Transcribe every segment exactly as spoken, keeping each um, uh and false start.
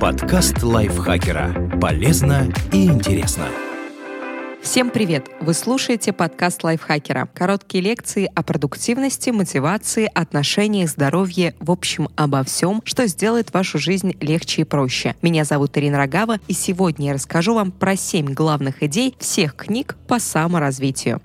Подкаст лайфхакера. Полезно и интересно. Всем привет! Вы слушаете подкаст лайфхакера. Короткие лекции о продуктивности, мотивации, отношениях, здоровье, в общем, обо всем, что сделает вашу жизнь легче и проще. Меня зовут Ирина Рогава, и сегодня я расскажу вам про семь главных идей всех книг по саморазвитию.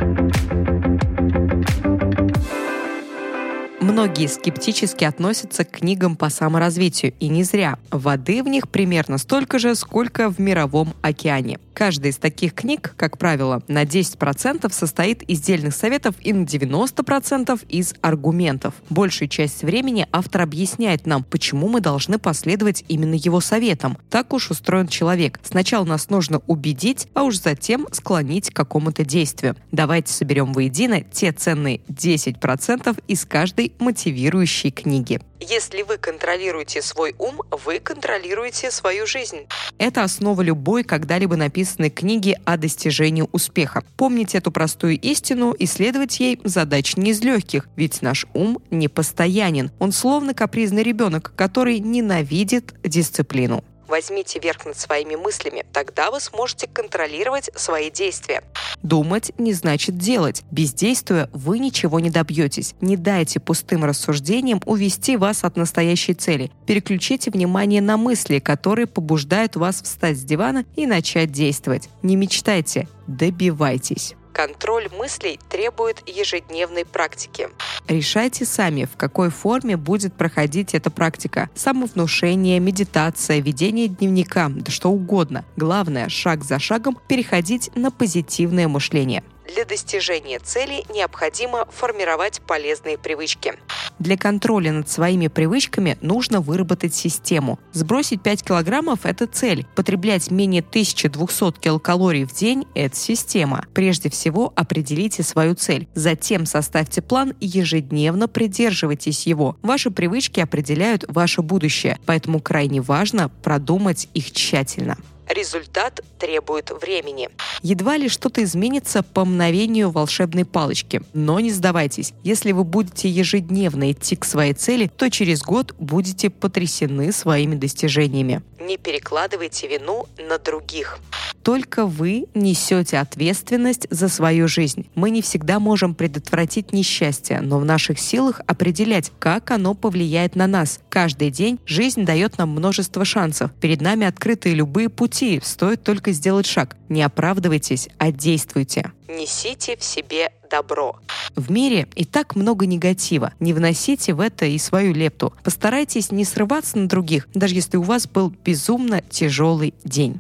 Многие скептически относятся к книгам по саморазвитию, и не зря. Воды в них примерно столько же, сколько в мировом океане. Каждая из таких книг, как правило, на десять процентов состоит из дельных советов и на девяносто процентов из аргументов. Большую часть времени автор объясняет нам, почему мы должны последовать именно его советам. Так уж устроен человек. Сначала нас нужно убедить, а уж затем склонить к какому-то действию. Давайте соберем воедино те ценные десять процентов из каждой мотивирующей книги. Если вы контролируете свой ум, вы контролируете свою жизнь. Это основа любой когда-либо написанной книги о достижении успеха. Помните эту простую истину и следовать ей задача не из легких, ведь наш ум непостоянен. Он словно капризный ребенок, который ненавидит дисциплину. Возьмите верх над своими мыслями, тогда вы сможете контролировать свои действия. Думать не значит делать. Бездействуя, вы ничего не добьетесь. Не дайте пустым рассуждениям увести вас от настоящей цели. Переключите внимание на мысли, которые побуждают вас встать с дивана и начать действовать. Не мечтайте, добивайтесь. Контроль мыслей требует ежедневной практики. Решайте сами, в какой форме будет проходить эта практика. Самовнушение, медитация, ведение дневника, да что угодно. Главное, шаг за шагом переходить на позитивное мышление. Для достижения цели необходимо формировать полезные привычки. Для контроля над своими привычками нужно выработать систему. Сбросить пять килограммов – это цель. Потреблять менее тысяча двести килокалорий в день – это система. Прежде всего определите свою цель. Затем составьте план и ежедневно придерживайтесь его. Ваши привычки определяют ваше будущее, поэтому крайне важно продумать их тщательно. Результат требует времени. Едва ли что-то изменится по мгновению волшебной палочки. Но не сдавайтесь. Если вы будете ежедневно идти к своей цели, то через год будете потрясены своими достижениями. Не перекладывайте вину на других. Только вы несете ответственность за свою жизнь. Мы не всегда можем предотвратить несчастье, но в наших силах определять, как оно повлияет на нас. Каждый день жизнь дает нам множество шансов. Перед нами открыты любые пути, стоит только сделать шаг. Не оправдывайтесь, а действуйте. Несите в себе добро. В мире и так много негатива. Не вносите в это и свою лепту. Постарайтесь не срываться на других, даже если у вас был безумно тяжелый день.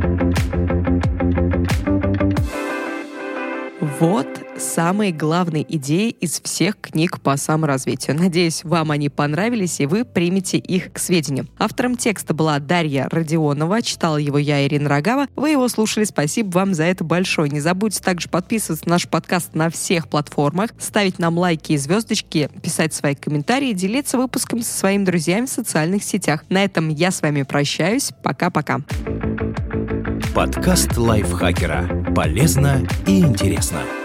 Вот самые главные идеи из всех книг по саморазвитию. Надеюсь, вам они понравились, и вы примете их к сведению. Автором текста была Дарья Родионова, читала его я, Ирина Рогава. Вы его слушали, спасибо вам за это большое. Не забудьте также подписываться на наш подкаст на всех платформах, ставить нам лайки и звездочки, писать свои комментарии, делиться выпуском со своими друзьями в социальных сетях. На этом я с вами прощаюсь. Пока-пока. Подкаст лайфхакера. Полезно и интересно.